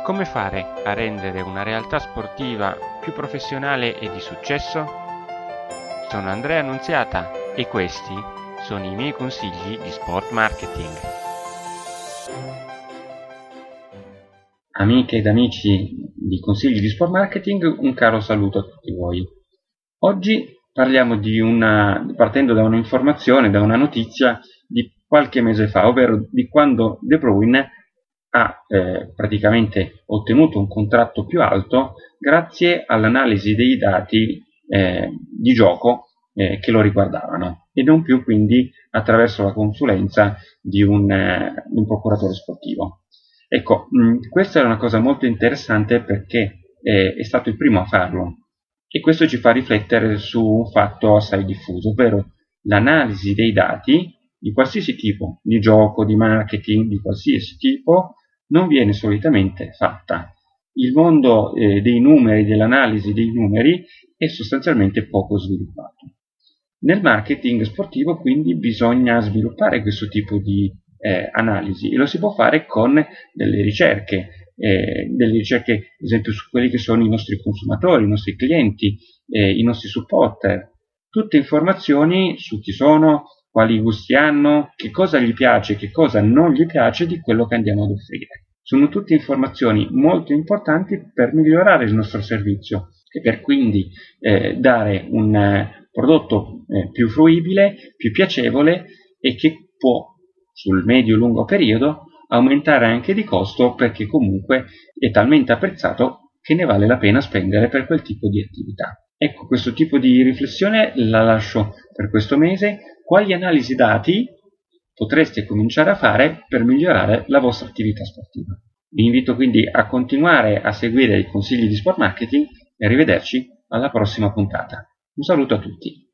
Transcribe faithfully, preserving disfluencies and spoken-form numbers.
Come fare a rendere una realtà sportiva più professionale e di successo? Sono Andrea Annunziata e questi sono i miei consigli di sport marketing. Amiche ed amici di Consigli di Sport Marketing, un caro saluto a tutti voi. Oggi parliamo di una, partendo da un'informazione, da una notizia di qualche mese fa, ovvero di quando De Bruyne ha eh, praticamente ottenuto un contratto più alto grazie all'analisi dei dati eh, di gioco eh, che lo riguardavano e non più quindi attraverso la consulenza di un, eh, un procuratore sportivo. Ecco, mh, questa è una cosa molto interessante perché eh, è stato il primo a farlo e questo ci fa riflettere su un fatto assai diffuso, ovvero l'analisi dei dati di qualsiasi tipo, di gioco, di marketing, di qualsiasi tipo, non viene solitamente fatta. Il mondo eh, dei numeri, dell'analisi dei numeri, è sostanzialmente poco sviluppato. Nel marketing sportivo quindi bisogna sviluppare questo tipo di eh, analisi e lo si può fare con delle ricerche, eh, delle ricerche ad esempio su quelli che sono i nostri consumatori, i nostri clienti, eh, i nostri supporter, tutte informazioni su chi sono, quali gusti hanno, che cosa gli piace, che cosa non gli piace di quello che andiamo ad offrire. Sono tutte informazioni molto importanti per migliorare il nostro servizio e per quindi eh, dare un eh, prodotto eh, più fruibile, più piacevole e che può sul medio-lungo periodo aumentare anche di costo perché comunque è talmente apprezzato che ne vale la pena spendere per quel tipo di attività. Ecco, questo tipo di riflessione la lascio per questo mese. Quali analisi dati potreste cominciare a fare per migliorare la vostra attività sportiva? Vi invito quindi a continuare a seguire i consigli di Sport Marketing e arrivederci alla prossima puntata. Un saluto a tutti.